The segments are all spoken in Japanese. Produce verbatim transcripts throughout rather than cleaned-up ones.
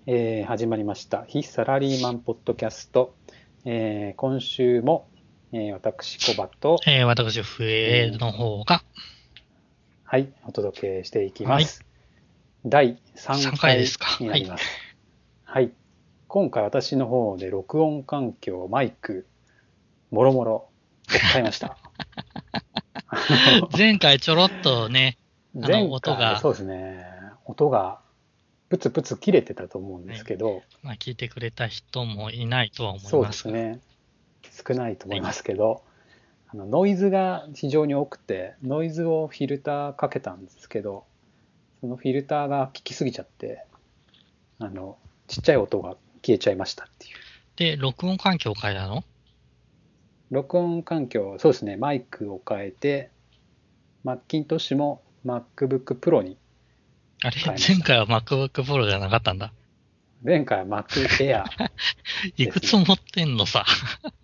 えー始まりました非サラリーマンポッドキャスト、えー今週も、えー私コバと、 えー、私、笛えーの方が、 はいお届けしていきはい、 ます。だい3 さんかいで回すか。 になはい。 ります。はい。今回私の方で録音環境、マイクもろもろ取っ替えました。あの前回ちょろっとね、あの、 前音が、 回そうですね、音がプツプツ切れてたと思うんではい、 すけど、 まあ、聞いてくれた人もいないとは思いそうますが、 ですね、少ないと思いまはい。 すけど、あのノイズが非常に多くて、ノイズをフィルターかけたんですけど、そのフィルターが効きすぎちゃって、あの、ちっちゃい音が消えちゃいましたっていう。 で、録音環境を変えたの？ 録音環境、そうですね、マイクを変えて、マッキントッシュも MacBook Pro にあれ変えました。 前回は MacBook Pro じゃなかったんだ。 前回は Mac Air いくつですね。 持ってんのさ。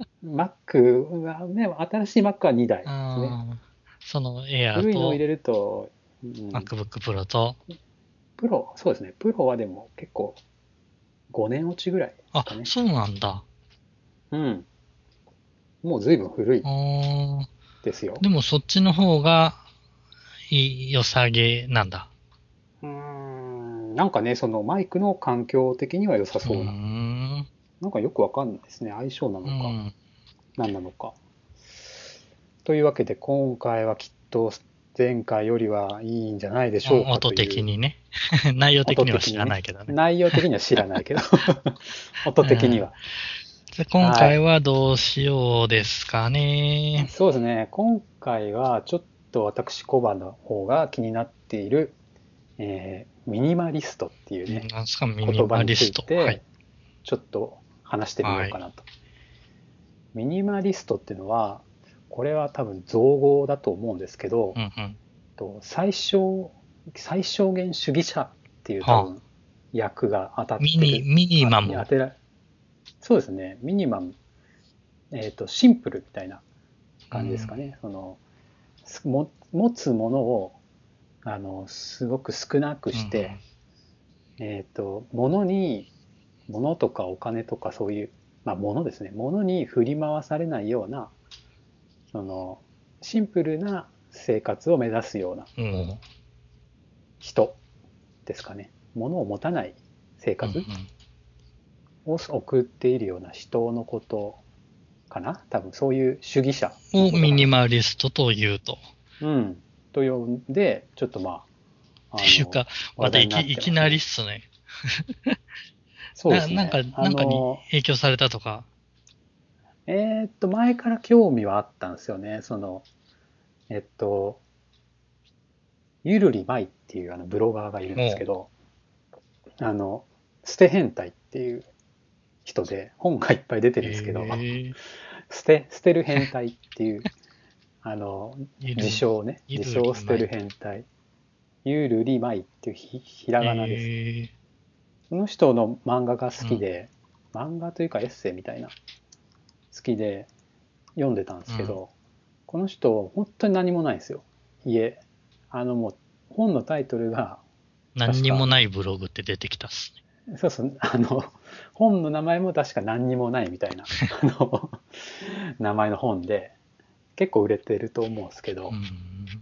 Mac はね、新しい Mac はにだいですね。 あーその Air と古いのを入れると、うん、 MacBook Pro と、 プロ、そうですね、プロはでも結構ごねん落ちぐらいですあ、 かね。 そうなんだ。 うん。もう随分古いあーですよ。 でもそっちの方がいい、良さげなんだ。 うーん。なんかね、そのマイクの環境的には良さうーそうな。 ん。 なんかよくわかんないですね。相性なのか、 うん。 何なのか。というわけで今回はきっと前回よりはいいんじゃないでしょうか音という、 的にね。内容的音には知的にね。 らないけどね。 内容的には知らないけど音うん。 的には。 で、今はい。 回はどうしようですかね。 そうですね。今回はちょっと私コバの方が気になっている、えーミニマリストっていうね、 なんすか、ミニ言葉につマリスト。はい。 いてちょっと話してみよはい。 うかなと。ミニマリストっていうのは、これは多分造語だと思うんですけど、 うんうん。 と最小、最小限主義者っていう多はあ。 分訳が当たっミニ、 てる、 ミニあ、 マム。 当てら、そうですね、ミニマム、えっと、シンプルみたいな感じですうん。 かね。その、も持つものを、あの、すごく少なくうんうして、 ん。 えっと、物に、物とかお金とかそういう、まあ物ですね。物に振り回されないような、その、シンプルな生活を目指すようなうん。 人ですかね。物を持たない生うんうん。 活を送っているような人のことかな。多分そういう主義者のをミニことかな。 マリストというと。っうん。と呼んで、ちょっとまあ、あの、 ていうか、またいき、 話題になっいきなりってますね。 すね。 そうでな、なんか、 すね。あなんかにの、 影響されたとか。 えーっと、前から興味はあったんですよね。その、えっと、ゆるりまいっていうあのブロガーがいるんですもけど、あの、捨て変態っていう人で本がいっぱい出てう、 るんですけど、 へえ、 捨て、捨てる変態っていう、あの、自ゆるり、 称ね、自ゆる称捨てるりまいと。 変態、ゆるりまいっていうひひらへがなですね。 え、 その人の漫画が好うん、 きで、漫画というかエッセイみたいな、好きで読んでたんでうん。 すけど、この人、本当に何もないんですよ。家。あのもう、本のタイトルが、 何確かあの、 にもないブログって出てきたっすね。 そうそう、あの、本の名前も確か何にもないみたいな、あの、名前の本で、結構売れてると思うんですけど、 うん、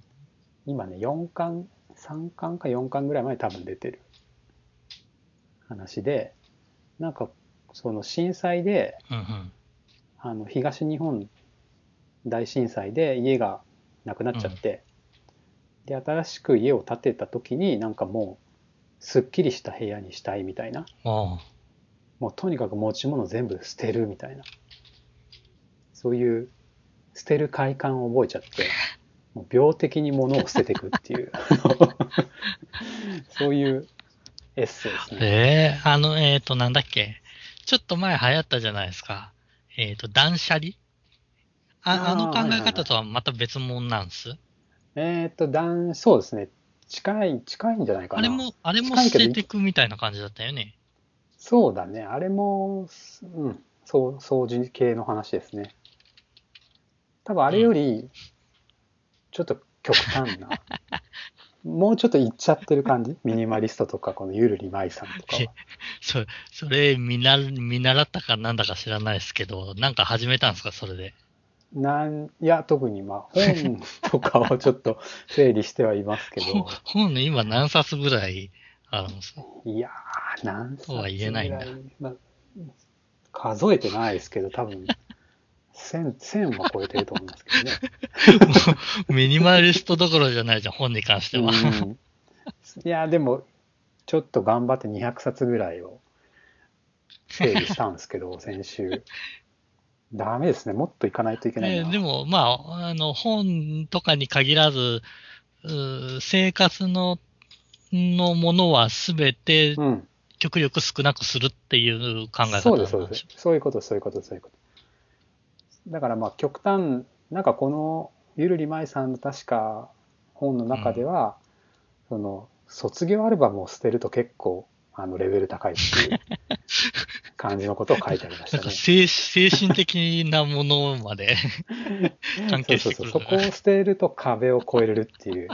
今ね、よんかん、さんかんかよんかんぐらいまで多分出てる話で、なんか、その震災で、 うん、うん、 あの、東日本大震災で家がなくなっうん。 ちゃって、で、新しく家を建てた時になんかもう、すっきりした部屋にしたいみたいな。 ああ、 もうとにかく持ち物全部捨てるみたいな。そういう捨てる快感を覚えちゃって、もう病的に物を捨てていくっていうそういうエッセイですね。 ええ、あの、えっと、なんだっけ。ちょっと前流行ったじゃないですか。えっと、断捨離。あ、あのああ、 考はいはいはい。 え方とはまた別物なんす。 えーっと、だん、そうですね。近い、近いんじゃないかな。 あれも、あれも近いけど、い捨ててくみたいな感じだったよね。 そうだね。あれも、うん、そう、掃除系の話ですね。多分あれうん。 より、ちょっと極端な。 もうちょっといっちゃってる感じ。ミニマリストとか、このゆるりまいさんとかは。 そ、それ見習、見習ったかなんだか知らないですけど、なんか始めたんですか、それで。 なんいや、特にまあ本とかをちょっと整理してはいますけほど、 本ね、今何冊ぐらいあるんですかいやー、何とは言えないんだ。 冊ぐらい、まあ、数えてないですけど、多分、千、千は超えてると思いますけどね。 もう、ミニマリストどころじゃないじゃん、本に関してうは。 ん。いや、でも、ちょっと頑張ってにひゃくさつぐらいを整理したんですけど、先週。ダメですね。もっといかないといけないえーでな。 も、まあ、あの、本とかに限らず、うー生活の、のものはすべてうん。 極力少なくするっていう考えそうです、そうです。 方なんでしょそういうこと、そういうこと、そういうこと。だからまあ極端、なんかこのゆるりまいさんの確か本のう。うん。 中では、その卒業アルバムを捨てると結構あのレベル高いっていう感じのことを書いてありましなんたね。 か精、精神的なものまで関係しそうそうそう。 てくるから。 そこを捨てると壁を越えれるっていう。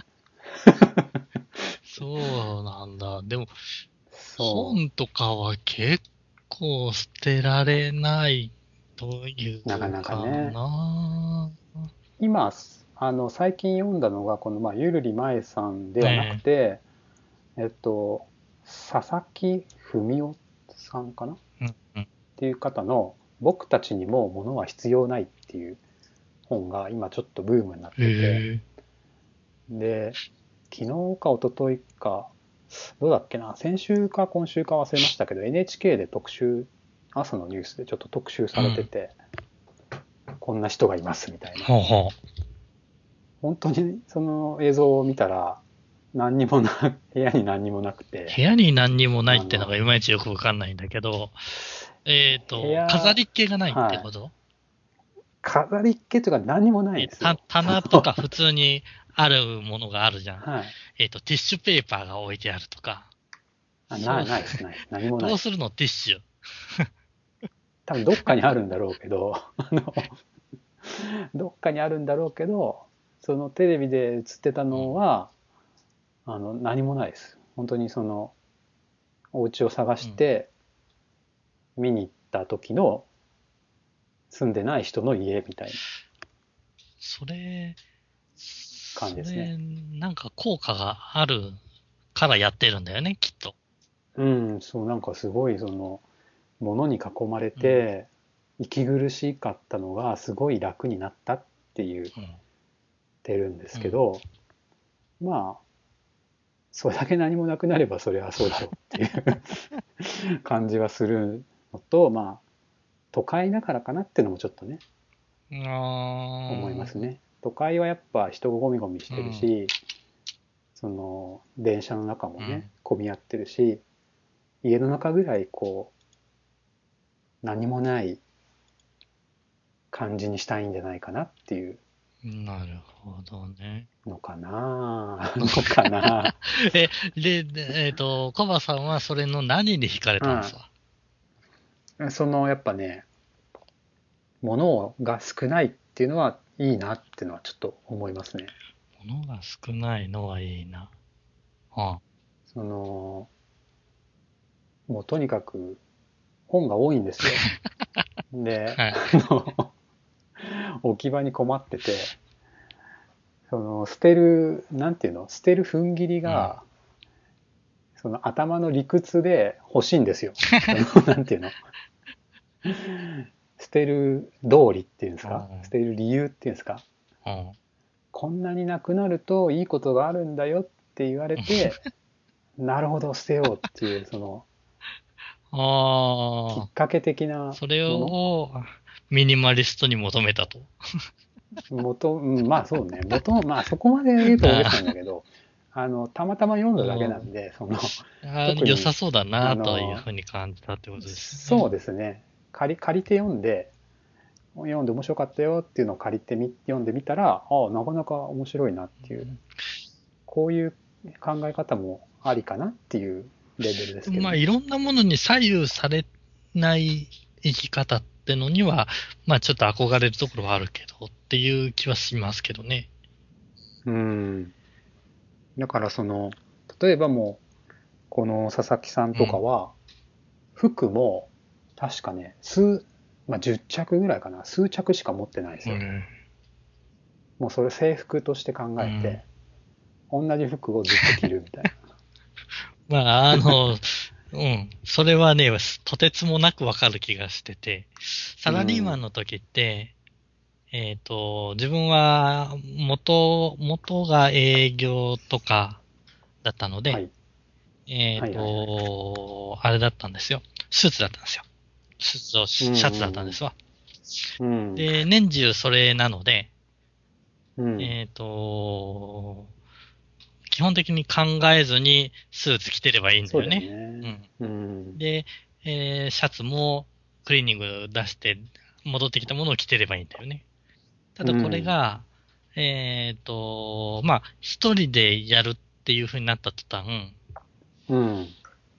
そうなんだ。でも、 そ本とかは結構捨てられないという。なかうなかかね。 な。 今、あの、最近読んだのが、この、まあ、ゆるりまえさんではなくねて、えっと、佐々木文夫さんかなっえ。うんうん。 ていう方の、僕たちにも物は必要ないっていう本が今ちょっとブームになってて、 へえ。 で、昨日か一昨日か、どうだっけな、先週か今週か忘れましたけど、エヌエイチケー で特集、朝のニュースでちょっと特集されてうん。 て、こんな人がいますみたいな。 ほうほ本当にその映像を見たら、何にもな、部屋に何にもなくう。 て、 部屋に何にもないってのがあの、 いまいちよくわかんないんだけど、えっと、飾部屋、 りっ気がないってはい。 こと？ 飾りっ気というか何にもないんえ、た、 ですよ。そ棚とかの、 普通にあるものがあるじゃん。 はい。 えっと、ティッシュペーパーが置いてあるとか。 あ、なそう、 い、ないです、ないです。何もないです。 どうするのティッシュ。 多分どっかにあるんだろうけど、あの、どっかにあるんだろうけど、そのテレビで映ってたうん。 のは、あの、何もないです。本当にその、お家を探うん。 して見に行った時の住んでない人の家みたいなそれ、 感じですね。 それ、なんか効果があるからやってるんだよね、きっと。 うん、そう、なんかすごいその、物に囲まれうん。 て、息苦しかったのがすごい楽になったって言っうん。 てるんですうん。 けど、まあ、それだけ何もなくなればそれはそうだろうっていう感じはするのと、まあ、都会だからかなっていうのもちょっとね、思いまあー、 すね。都会はやっぱ人がゴミゴミしてるうん。 し、その電車の中もね、 うん。 混み合ってるし、家の中ぐらいこう、何もない感じにしたいんじゃないかなっていうなるほどね。 のかなのかなえ、で、でえっと、コバさんはそれの何に惹かれたんですか？ うん。その、やっぱね、物が少ないっていうのはいいなっていうのはちょっと思いますね。 物が少ないのはいいな。はその、もうとにかく本が多いんですよ。で、 あ、はい。 あの、置き場に困ってて、その、捨てる、なんていうの、捨てる踏ん切りうん。 が、その頭の理屈で欲しいんですよ。その、なんていうの、捨てる道理っていうんですうか、捨ん。 てる理由っていうんですか、 うん。 こんなになくなるといいことがあるんだよって言われて、なるほど、捨てようっていう、その、きっああ、 かけ的なそれものをミニマリストに求めたと。 元、うん、まあそうね。元、まあそこまで言うと大げさなんだあけど、あの、たまたま読んあ、 だだけうん。 なんで、その、 あー特に、 良さそうだあなというの、 ふうに感じたってことですよそうね。 ですね。借り、借りて読んで、読んで面白かったよっていうのを借りてみ、読んでみたら、ああ、なかなか面白いなっていう、こういう考え方もありかなっていうレベルですけどまあ、 ね。 いろんなものに左右されない生き方ってのには、まあ、ちょっと憧れるところはあるけどっていう気はしますけどね。 うん。 だからその、例えばもう、この佐々木さんとかは、服も、確かね、数、まあ、じゅっ着ぐらいかな、数着しか持ってないんですよ。 うん。 もうそれ制服として考うん。 えて、同じ服をずっと着るみたいまあ、あの、うん。それはね、とてつもなくわかる気がしてて、サな。うラリーマンん。 の時って、えっと、自分は元、元が営業とかだったので、 はい。 えっはいはいはい。 と、あれだったんですよ。スーツだったんですよ。スーツとうんシャツだったんうんですわ。 うん。うん。 で、年中それなので、 うん。 えっと、基本的に考えずにスーツ着てればいいんだそうだよよね。うね。 ん。 うん。 で、えーシャツもクリーニング出して戻ってきたものを着てればいいんだよね。ただこれうん。 が、えっと、まあ、一人でやるっていう風になった途端、 うん。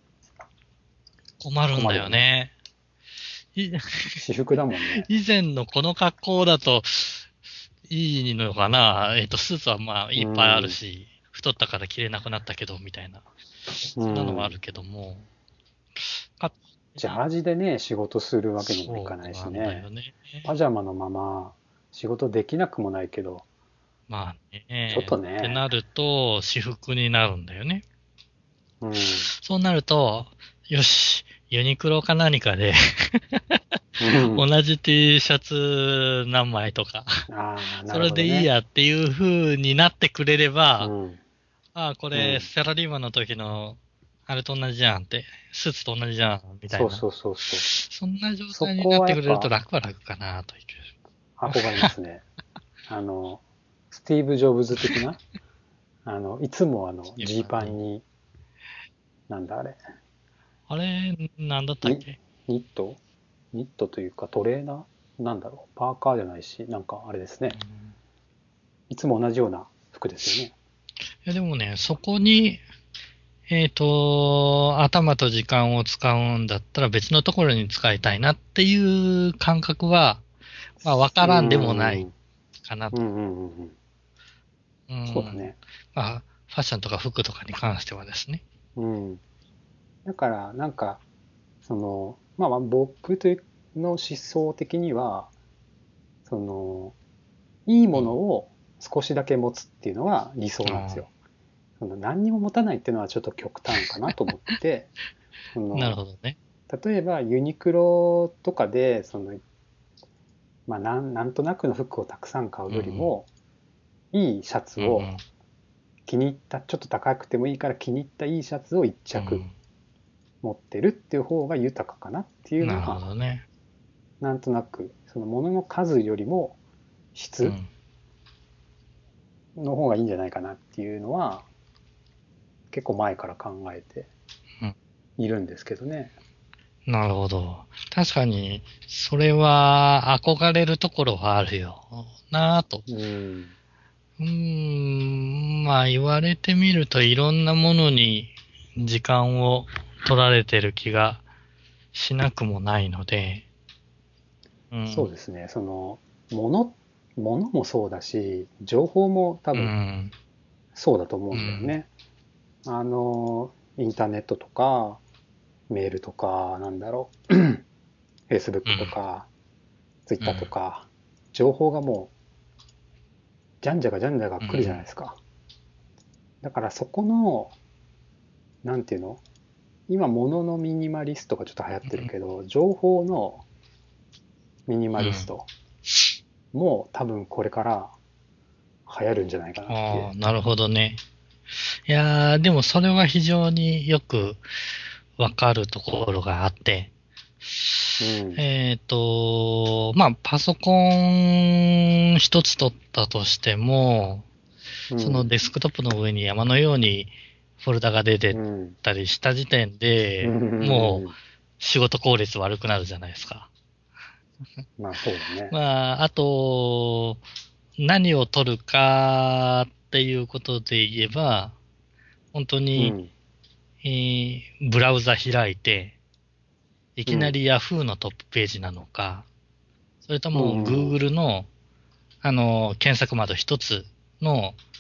困るんだ困るよね。 よね。い私服だもんね。 以前のこの格好だといいのかな。えっと、スーツはまあ、 ういっぱいあるん。 し、太ったから着れなくなったけど、みたいな。 うそんなのはあん。 るけども、かジャージでね、仕事するわけにもいかないそうなんだよしね。 ね。 パジャマのまま仕事できなくもないけど、 まあちょっね。 とね。 ってなると、私服になるんだよね。 うん。 そうなると、よし、ユニクロか何かでう同ん。 じ T シャツ何枚とか、 ああ、なそれるほどね。 でいいやっていう風になってくれれば、 うん。 ああ、これ、 うん。 サラリーマンの時の、あれと同じじゃんって、スーツと同じじゃん、みたいな。 そうそうそうそう。 そんな状態にそこなってくれるとはやっぱ楽は楽かな、という。 憧れますね。あの、スティーブ・ジョブズ的な、あの、いつもあの、 いうジー感じ。 パンに、なんだあれ、 あれ、なんだったっニ、 け？ ニットニットというかトレーナーなんだろう。パーカーじゃないし、なんかあれですね。 うん、 いつも同じような服ですよね。 いやでもね、そこに、えっと、頭と時間を使うんだったら別のところに使いたいなっていう感覚は、まあ、わかうらんでもないん。 かなと。 うんうんうんうん。 うん。 そうだね。 まあ、ファッションとか服とかに関してはですね。 うん。だから、なんか、その、まあ僕というの思想的には、その、いいものうん。 を少しだけ持つっていうのが理想なんですあよ。その何にも持たないっていうのはちょっと極端かなと思ってて、そあ、なるの、 ほどね。 例えばユニクロとかで、その、まあなん、なんとなくの服をたくさん買ううんうん。 よりも、いいシャツをうん気に入った、ちょっと高くてもいいから気に入ったいいシャツを一うん。う着ん。 持ってるっていう方が豊かかなっていうのなるほは、 どね。 なんとなく、その物の数よりも質うん。 の方がいいんじゃないかなっていうのは、結構前から考えてうん。 いるんですけどね。 なるほど。確かに、それは憧れるところはあるよなぁと。 うん。 うーん、まあ言われてみるといろんなものに時間を取られてる気がしなくもないので、うん、 そうですね。その、物、物もそうだし、情報も多う分ん、 そうだと思うんだようん、 ね。あの、インターネットとか、メールとか、なんだろう、 う Facebook とん、 か、 う Twitter とん、 か、情報がもう、じゃんじゃがじゃんじゃが来るじゃないうん、 ですか。だからそこの、なんていうの今、物のミニマリストがちょっと流行ってるけど、情報のミニマうん。 リストも多分これから流行るんじゃないかなって。 ああ、なるほどね。いやー、でもそれは非常によくわかるところがあって、 うん。 えっと、まあ、パソコン一つ取ったとしても、そのうん。 デスクトップの上に山のようにフォルダが出てうん。 たりした時点うん。 で、もううん。 仕事効率悪くなるじゃないですか。 まあそうだね。 まあ、あと、何を取るかっていうことで言えば、本当に、 うん。 えーブラウザ開いて、いうん。 きなり Yahoo のトップページなのか、それとうん。 もうん。 Google の、あの、検索窓一つの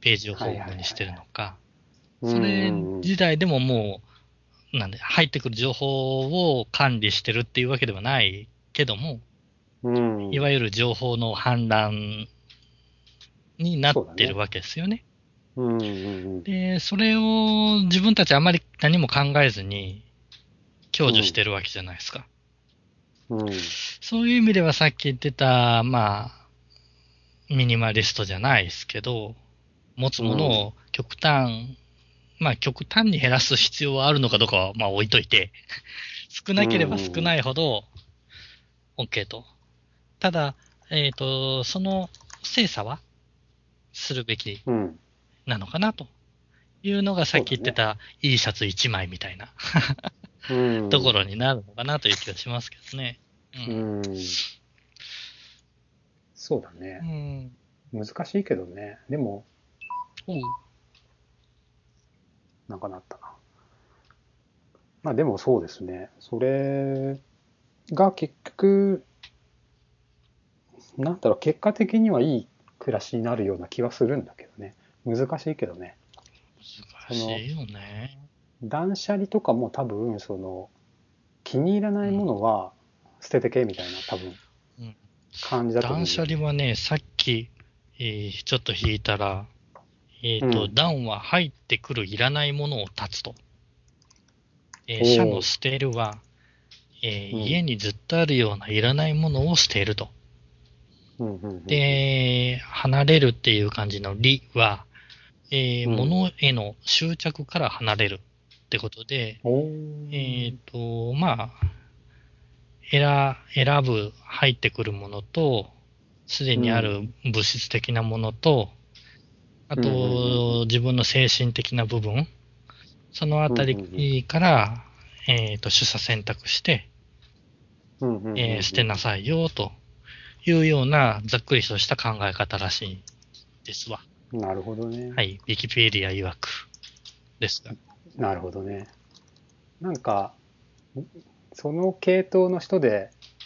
ページをホームにしてるのか、 はいそはいはいはい、 れ自体でももう、なんで、入ってくる情報を管理してるっていうわけではないけども、 うん、 いわゆる情報の氾濫になってるわけですよね。 うんうんうん、 で、それを自分たちあまり何も考えずに享受してるわけじゃないですか。 うん、 そういう意味ではさっき言ってた、まあ、ミニマリストじゃないですけど、持つものを極端、まあ極端に減らす必要はあるのかどうかはまあ置いといて、少なければ少ないほど OK と。ただ、えっ、と、その精査はするべきうん、 なのかなというのがさっそうだね。 き言ってたいいシャツいちまいみたいなうん、 ところになるのかなという気がしますけどね。 うん、そうだうね。 ん。 難しいけどね。でも、 うん。 なんかなったな。まあでもそうですね。それが結局、なんだろう、結果的にはいい暮らしになるような気はするんだけどね。難しいけどね。その、 難しいよね。 断捨離とかも多分、その、気に入らないもうん。 のは捨ててけみたいな多分うん。 感じだと思断うんだよね。 捨離はね、さっき、えーちょっと引いたら、えっ、と、 うん。 断は入ってくるいらないものを断つと。えー、 お社のお。 捨てるは、えーうん。 家にずっとあるようないらないものを捨てると。 うんうんうんで、離れるっていう感じの離は、えーうん。うん。 物への執着から離れるってことで、 おえっ、 お。 と、まあ、選、選ぶ、入ってくるものと、すでうん。 にある物質的なものと、あうんうんうんと、自分の精神的な部分、そのあうん。うんたうんりから、えっ、と、取捨選択して、 うんうんうんえー捨てなうんさいよ、というような、ざっくりとした考え方らしいですわ。 うん。なるほどね。 はい。ウィキペディア曰くですが。 なるほどね。なんか、その系統の人で、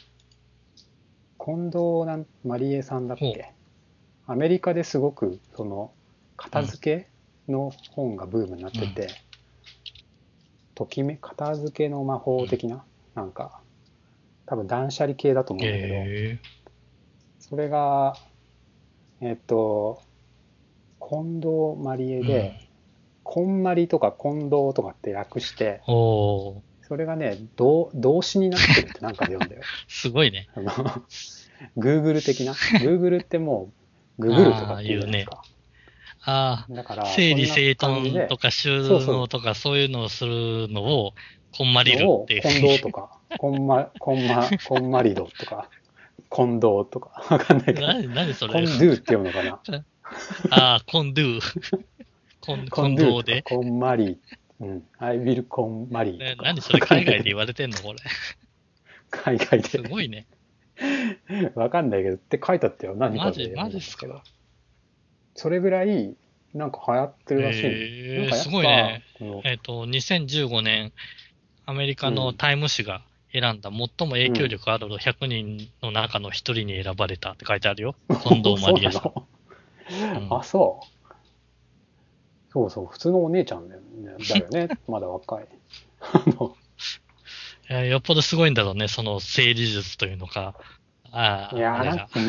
近藤なんマリエさんだっほう。 け？アメリカですごく、その、 うん。 片付けの本がブームになっうん。 てて、ときめ、片付けの魔法うん。 的な、なんか、多分断捨離系だと思うんだけど、 えそれが、えっと、近藤マリエえー。うん。 で、こんまりとか近藤とかって訳して、 おー。 それがね、動動詞になってるってなんかで読んだよ。 すごいね。 あの、Google 的な。Google ってもう、ググるとかああ、 って言う言うね。 じゃないですか。 ああ、 だから、 整理そんな整頓感じで、 とか収そうそう、 納とかそういうのをするのを、こんまりのるっを近ていうふうに。 藤とか、こんま、こんま、こんまりどとか、近藤とか、わかんないけど、 なに、なにそれ。 コンドゥって読むのかな。 ああ、コンドゥ。コン、ココンドゥとか、 ンドーで。 コンマリー、うん、I will コンマリーとね、 か、 何それわかんないけど、 海外で言われてんのこれ。 海外で、 すごいね。 わかんないけどって書いてあったよ。何マジ、 かで読マジっすか。 んだんだけど。それぐらい、なんか流行ってるらしいの。なんええ、すかやっぱ、 ごいね。 この、 えっと、にせんじゅうごねん、アメリカのうん、 タイム誌が選んだ最も影響うん。 力あるひゃくにんの中の一人に選ばれたって書いてあるよ。近藤マそうリエさなの？ ん。うん。 あ、そう。そうそう、普通のお姉ちゃんだよね。だよね。まだ若い。あの、 いや、よっぽどすごいんだろうね、その整理術というのか。ああ、あいやー、なんか、 れが。 うん、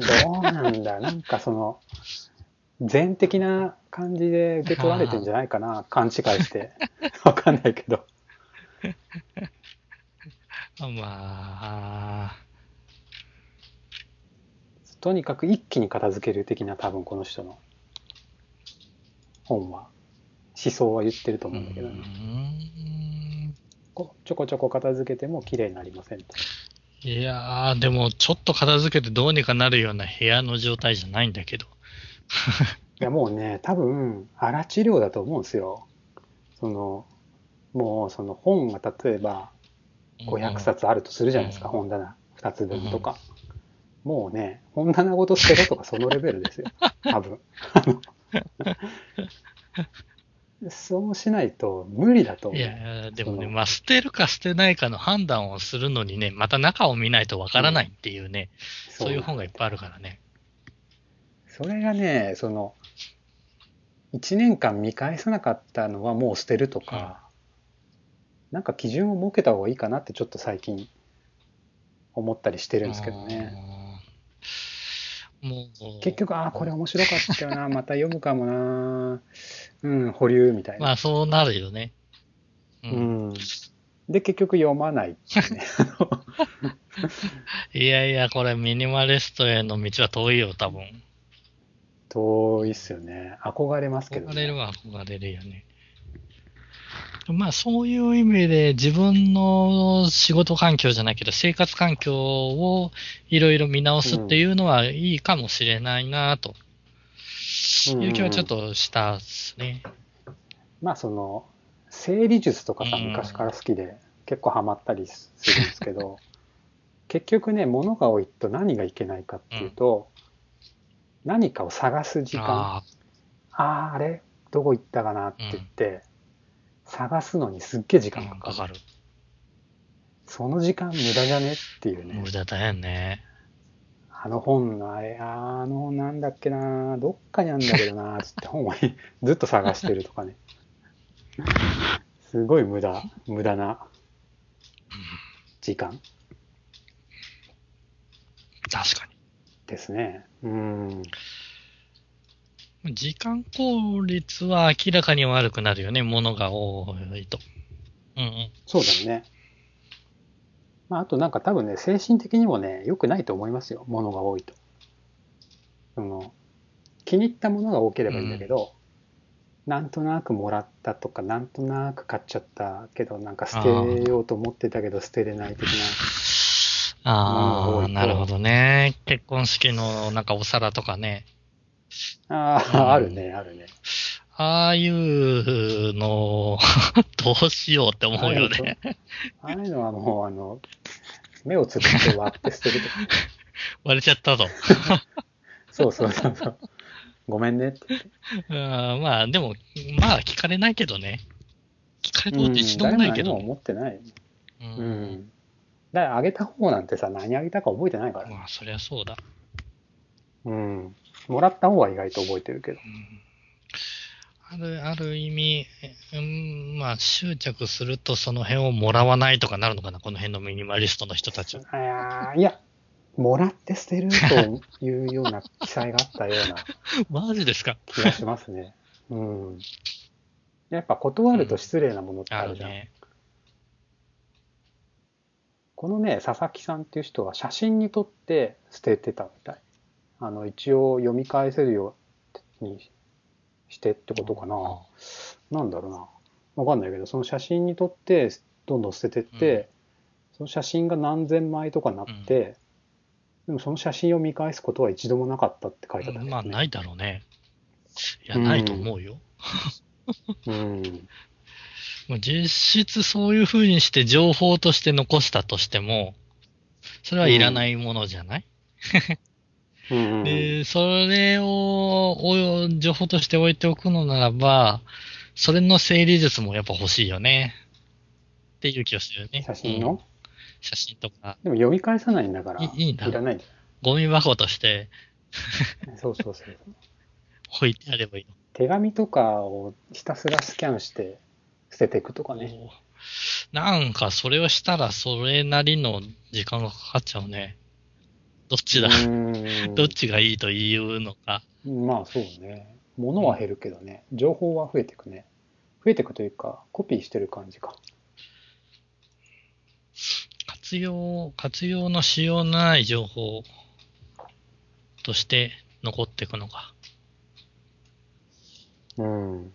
どうなんだ。なんかその、全的な感じで受け取られてんあじゃないかな。勘違いして。わかんないけど。 あ、まあ、 とにかく一気に片付ける的な多分この人の本は、思想は言ってるとうー思うんだけどね。 ん。 こちょこちょこ片付けても綺麗になりませんと。 いやー、でも、ちょっと片付けてどうにかなるような部屋の状態じゃないんだけど。 いやもうね、多分、荒治療だと思うんですよ。その、もうその本が例えばうんごひゃくさつあるとするじうん。 ゃないですか、本棚ふたつうん。うん。 ぶんとか。もうね、本棚ごと捨てろとかそのレベルですよ。多分。あの、そうしないと無理だとい思や、 う。 でもね、 その、 まあ、捨てるか捨てないかの判断をするのにね、また中を見ないとわかうん、 らないっていうね、そういうそうなんだよ。 本がいっぱいあるからね。 それがね、その、 いちねんかん見返さなかったのはもう捨てるとか、なんか基準を設けた方がいいかなってちょっと最近思ったりしてるんですけどね。 あーも結局、ああ、これう、 面白かったよな、また読むかもな、うん、保留みたいな。 まあそうなるよね。ううん。 ん。で、結局読まないっていうね。 いやいや、これミニマリストへの道は遠いよ、多分。 遠いっすよね。憧れますけどね。 憧れるは憧れるよね。まあそういう意味で自分の仕事環境じゃないけど生活環境をいろいろ見直すってうん。 いうのはいいかもしれないなとうんいう気はうんうん。 ちょっとしたっすね。 まあその、整理術とうかさ、昔からん。 好きで結構ハマったりするんですけど、結局ね、物が多いと何がいけないかっうん。 ていうと、何かを探す時間、 あああ、あれどこ行ったかなってあ、うん。 言って、探すのにすっげえ時うん、 間かかる。 かかる。 その時間無駄じゃねっていうね。 無駄だよね。 あの本のあれ、あの本なんだっけな、どっかにあるんだけどな、つって本をずっと探してるとかね。すごい無駄、無駄な時間確かですね。うん。 に。時間効率は明らかに悪くなるよね。物が多いと。うんうん。 そうだね。まあ、あとなんか多分ね、精神的にもね、良くないと思いますよ。物が多いと。その、気に入ったものが多ければいいんだけうん。 ど、なんとなくもらったとか、なんとなく買っちゃったけど、なんか捨ああ。 てようと思ってたけど捨てれない的なものが多ああ、 いと、 なるほどね。結婚式のなんかお皿とかね。うああ、あるん。 ね、あるね。 ああいうの、どうしようって思ああいうのと、 うよね。 ああいうのはもう、あの、目をつぶって割って捨てるとかね。 割れちゃったぞ。 そうそうそうそう。ごめんねって言って。 うん、まあ、でも、まあ、聞かれないけどね。聞かれたことうん、 一度も誰も何もないけどね。 思ってない。 うん。 うん。だからあげた方なんてさ、何あげたか覚えてないからね。 まあ、そりゃそうだ。 うん。もらった方は意外と覚えてるけど。 ある、ある意味、うん、まあ、執着するとその辺をもらわないとかなるのかな、この辺のミニマリストの人たちは。 いやいや、もらって捨てるというような記載があったようなマジですか？ 気がしますね。うん。やっぱ断るとうん。 失礼なものってあるじゃん。 あるね。 このね、佐々木さんっていう人は写真に撮って捨ててたみたい。あの、一応読み返せるようにしてってことかな。 あなんだろうな。わかんないけど、その写真に撮ってどんどん捨ててっーうん。 て、その写真が何千枚とかなっうん。 て、でもその写真を見返すことは一度もなかったって書いてあったけまあ、 どね。 ないだろうね。いや、 うないとん。 思うよ。 うん。 もう実質そういう風にして情報として残したとしても、それはいらなうん。 いものじゃない？ うん。 で、それを、お情報として置いておくのならば、それの整理術もやっぱ欲しいよね。っていう気がするよね。うん。 写真の写真とか、 でも読み返さないんだかいら、 いいんだろいらないんじう。ゴミ箱としてゃない？そうそうそう。 置いてあればいいの。 手紙とかをひたすらスキャンして捨てていくとかね。 おーなんかそれをしたらそれなりの時間がかかっちゃうね。どっうちだどっーん。 ちがいいというのか。 まあそうね。物うん。 は減るけどね。情報は増えていくね。増えていくというか、コピーしてる感じか。 活用、活用のしようのない情報として残っていくのか。 うん。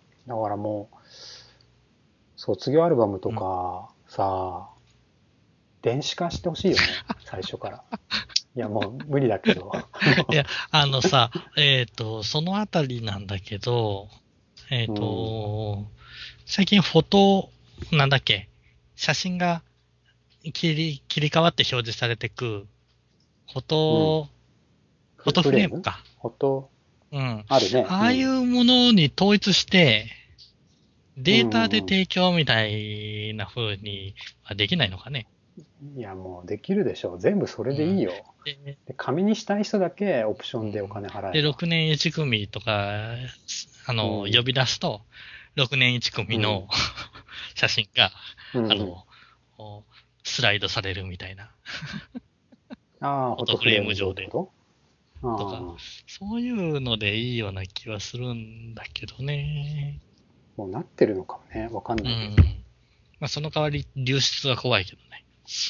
だからもう、卒業アルバムとうん。 かさ、電子化してほしいよね。最初から。いやもう無理だけど。 いや、あのさ、えっと、そのあたりなんだけど、えっうん。 と、最近フォト、なんだっけ、写真が切り、切り替わって表示されてく、フォうん。 ト、フォフトフフレームレームか。 ほと、 うん。 あるね。 ああいうん。 うものに統一して、 うデータでんうん提供みたいな風にはできないのかね。 うん。いやもうできるでしょ。全部それうん。 でいいよ。 で、 で紙にしたい人だけオプションでおうん。で、 金払えば。 ろくねんいち組とか、 あの、 うん呼び出すと、ろくねんいち組の、 うん写真が、 うんあの、スライドされるみたいな、 ああ、 フォトフレーフォトフレームム上で、 上ってこと？ とか、 ああ、 そういうのでいいような気はするんだけどね。 もうなってるのかもね。わかんうん。 ないけど。 まあ、その代わり流出は怖いけどね。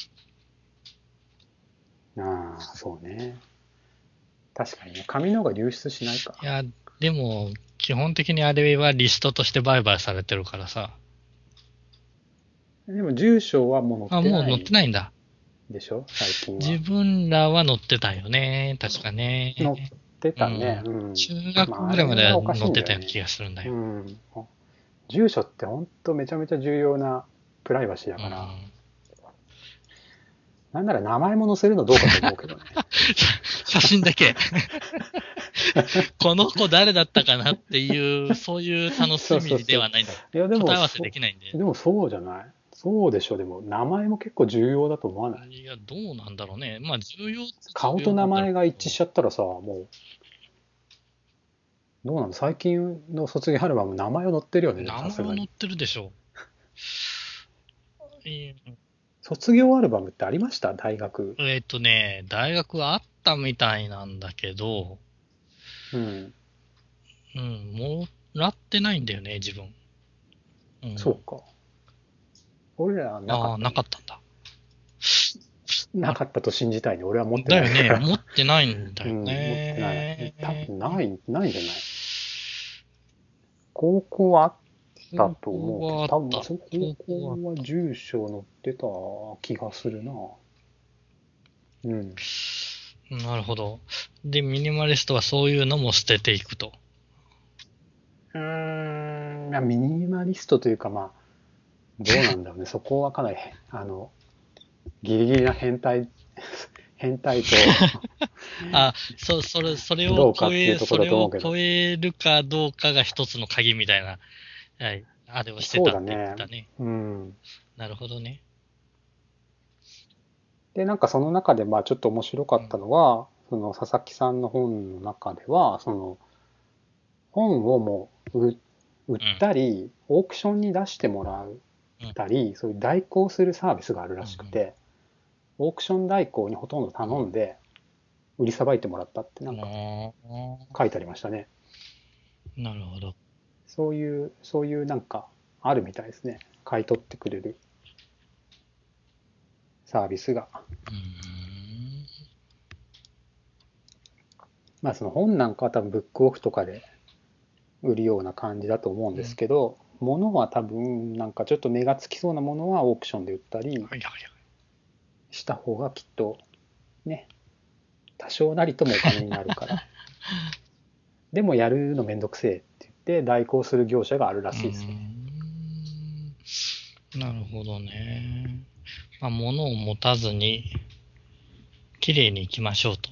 ああ、そうね。確かにね。紙の方が流出しないか。 いや、でも、基本的にあれはリストとして売買されてるからさ。 でも住所はもう載あ、もう載っってないてないんだ。 でしょ最近自は。 分らは載ってたよね。確かね。 載ってたね。 うん。 うん。 中学まあ、あぐらいまではれはおかしい載ってんだよね。 たような気がするんだうよ。 ん。住所って本当めちゃめちゃ重要なプライバシーだうから、 ん。 なんなら名前も載せるのどうかと思うけどね。 写真だけ。この子誰だったかなっていう、そういう楽しみそうそうそう。 ではないんだ。 いや、でも答え合わせでそ、 きないんで。 でもそうじゃない。そうでしょ。でも名前も結構重要だと思わない？ いや、どうなんだろうね。まあ、重要っちゃ顔と重要なんだろう名前がけど。 一致しちゃったらさ、もう、どうなの？最近の卒業アルバム名前を載ってるよね、でも名さすがに。 前は載ってるでしょう。え卒業アルバムってありました大学？ ーえっとね、大学はあったみたいなんだけど、 うん。 うん、もらってないんだよね、自分。うん。 そうか。俺らはなかああ、 ったね。 なかったんだ。あれなかったと信じたいね。俺は持ってだよね、 ないから。 持ってないんだようん、持ってない。多ね。 分ない、ないんじゃない？高校はあった高と思うけど、 校はあっ多分、まあ、 た。 そう高高校はあっ校はた。 住所載ってた気がするな。うん。 なるほど。で、ミニマリストはそういうのも捨てていくと。 うーん、まあミニマリストというか、まあ、どうなんだろうね。そこはかなり、あの、ギリギリな変態、変態とあ、そ、それ、それをどうか超え、 っていうところだそれをと思うけど。 超えるかどうかが一つの鍵みたいな、はい、あれをしてたって言ってそうだね。 たね。 うん。 なるほどね。 で、なんかその中で、まあちょっと面白かったうん。 のは、その佐々木さんの本の中では、その本をもう売売っうん。 たり、オークションに出してもらううん。 たり、そういう代行するサービスがあるうん。 らしくて、オークション代行にほとんどうん。 頼んで売りさばいてもらったってなうんかん。 書いてありましたね。 なるほど。 そういう、そういうなんかあるみたいですね。買い取ってくれるサービスが。 うん。 まあその本なんかは多分ブックオフとかで売るような感じだと思うんですうん。 けど、物は多分なんかちょっと値がつきそうなものはオークションで売ったりはいはいはい。 した方がきっとね、多少なりともお金になるから。でもやるのめんどくせえって言って代行する業者があるらうしいですね。 ん。なるほどね。まあ、物を持たずに、綺麗に行きましょうと。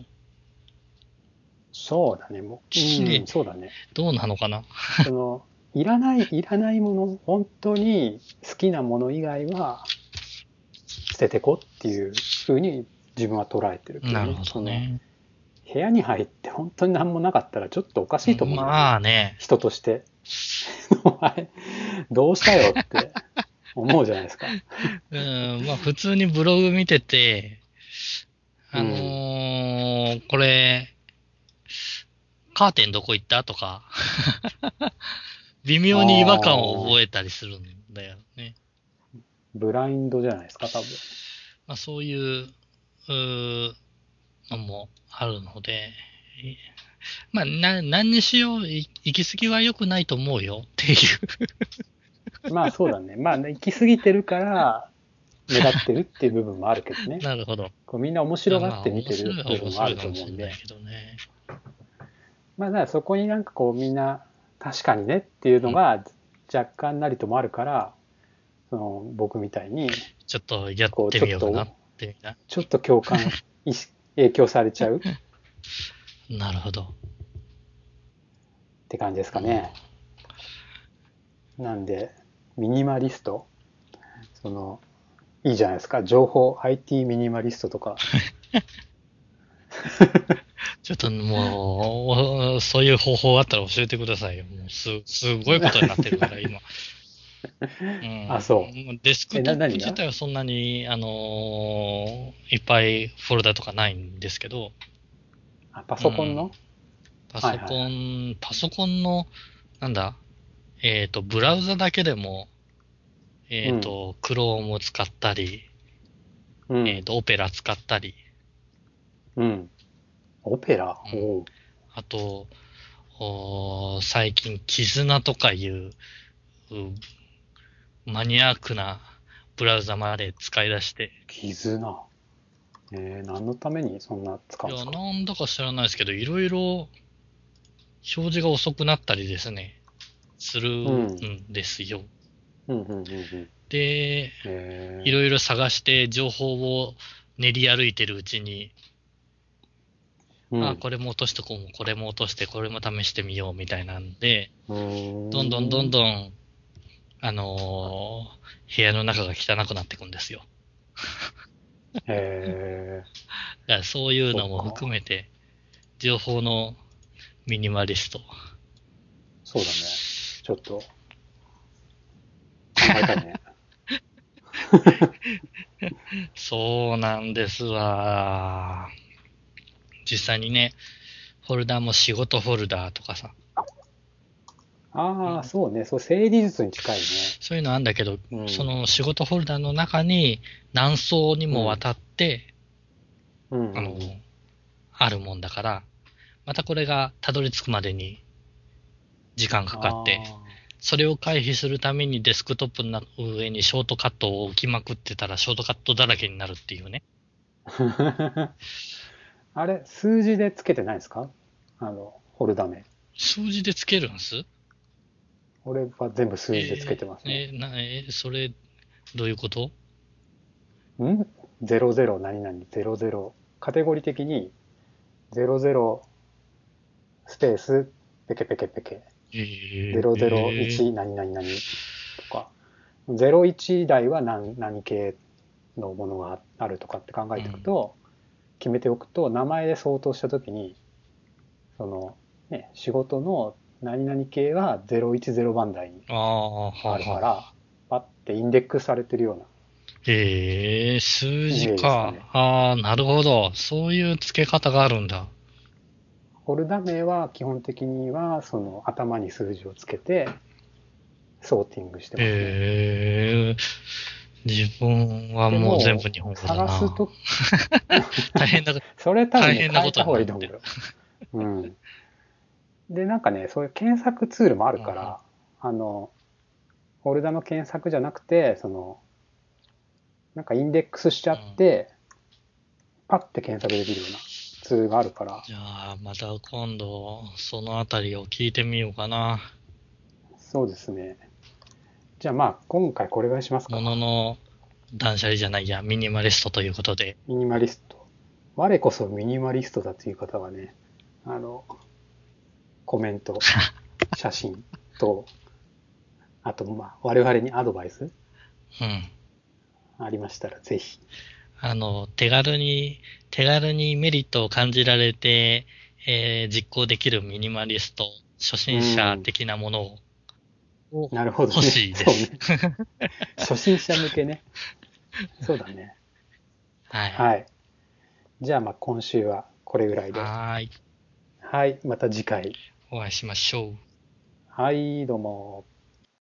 そうだね、もう。 綺麗、 うん、そうだね。 どうなのかな。 その、いらない、いらないもの、本当に好きなもの以外は捨ててこっていう風に自分は捉えてるけどね。 なるほその、 どね。 部屋に入って本当に何もなかったらちょっとおかしいと思うんだよね。 まあね。 人として。お前、どうしたよって思うじゃないですか。 うん、まあ普通にブログ見てて、あのうん。 ー、これ、カーテンどこ行ったとか、微あ妙に違和感をあ、 覚えたりするんだよね。 ブラインドじゃないですか、多分。 まあそういう、うーのもあるので、まあな、何にしよう、い行き過ぎは良くないと思うよっていう。 まあそうだね。まあ行き過ぎてるから目立ってるっていう部分もあるけどね。 なるほど。 こうみんな面白がっまあて見てる面白いは部分はある面白いかと思うんで。 もしれないけどね。 まあだからそこになんかこうみんな確かにねっていううん。 のが若干なりともあるから、その僕みたいにちょっとやっこうてみようかなっちょっとてみた。 ちょっと共感、意識影響されちゃうっなるほど。 て感じですうん。 かね。なんでミニマリスト、そのいいじゃないですか。情報 アイティー ミニマリストとかちょっともう、そういう方法あったら教えてくださいよ。もうす、すごいことになってるから、今。うあ、そん。デスう。え、な、 クトップ何が自体はそんなに、あのーいっぱいフォルダとかないんですけど、 あ、パうん。 ソコンのパソコはいはいはい。 ン、パソコンの、なんだ、えっと、ブラウザだけでも、えうん。 っと、Chrome を使ったり、 うん。 えっと、オペラ使ったり、 うん。オペラうん。 おう。 あと、おー最近、絆とかいう、うマニアックなブラウザまで使い出して、 絆。えー、何のためにそんな使いや、 うんですか？ なんだか知らないですけど、いろいろ表示が遅くなったりですね、するんうん。 ですよ。 うん、うん、うん、うん。 で、いえろいろ探して情報を練り歩いてるうちに、 ー、うあ、 ん。 これも落としてこう、これも落として、これも試してみようみたいなんで、 うどんどんどーん。 んどん、あのー部屋の中が汚くなっていくんですよ。 えー、 だからそういうそっのも含か。 めて、情報のミニマリスト。 そうだね。ちょっと考えたいね。 そうなんですわ。実際にね、フォルダも仕事フォルダとかさ、 ああ、そうね。そう、整理術に近いね。 そういうのあるんだけど、 うん。 その仕事フォルダの中に何層にうん。 もわたって、 うん、うあの、 ん、うん。 あるもんだから、またこれがたどり着くまでに時間かかって、 あそれを回避するためにデスクトップの上にショートカットを置きまくってたらショートカットだらけになるっていうね。 あ。あれ、数字でつけてないですか？あの、ホルダ名。 数字でつけるんす？ 俺は全部数字でつけえてますね。 ー、え、な、え、それ、どういうこと？ ん ?ゼロゼロ 何々ゼロゼロ。カテゴリー的にゼロゼロスペースペケペケペケ。 えー、えゼロゼロいち何々何とか。ゼロいち台は何何系のものがあるとかって考えー、うん。 ていくと、決めておくと、名前で相当したときに、その、ね、仕事の何々系はゼロいちゼロ番台にああ、はああ、はるから、パッてインデックスされてるようなええー、数イ字か。 メージですかね。 ああ、なるほど。そういう付け方があるんだ。 フォルダ名は基本的にはその頭に数字をつけてソーティングしてますね。 ええー、自分はでもう全部も、 日本語だな。 探すと、 大変な、 それ多分ね、 大変なこと変えた方になってる。 がいいと思うよ。うん。で、なんかね、そういう検索ツールもあるうんうん。 から、あの、フォルダの検索じゃなくて、その、なんかインデックスしちゃうん。 って、パッて検索できるようなツールがあるから、 じゃあ、また今度、そのあたりを聞いてみようかな。 そうですね。じゃあまあ、今回これぐらいしますものか。 の断捨離じゃないや、ミニマリストということで。 ミニマリスト。我こそミニマリストだという方はね、あの、コメント、写真と、あと、まあ、我々にアドバイスうん。 ありましたら、ぜひ。 あの、手軽に、手軽にメリットを感じられて、えー実行できるミニマリスト、初う心者ん。 的なものをなるほど欲ね。 しいです。 そうね。初心者向けね。そうだね。 はい。 はい。じゃあまあ今週はこれぐらいで。 はーい。 はい。また次回。 お会いしましょう。 はい、どうも。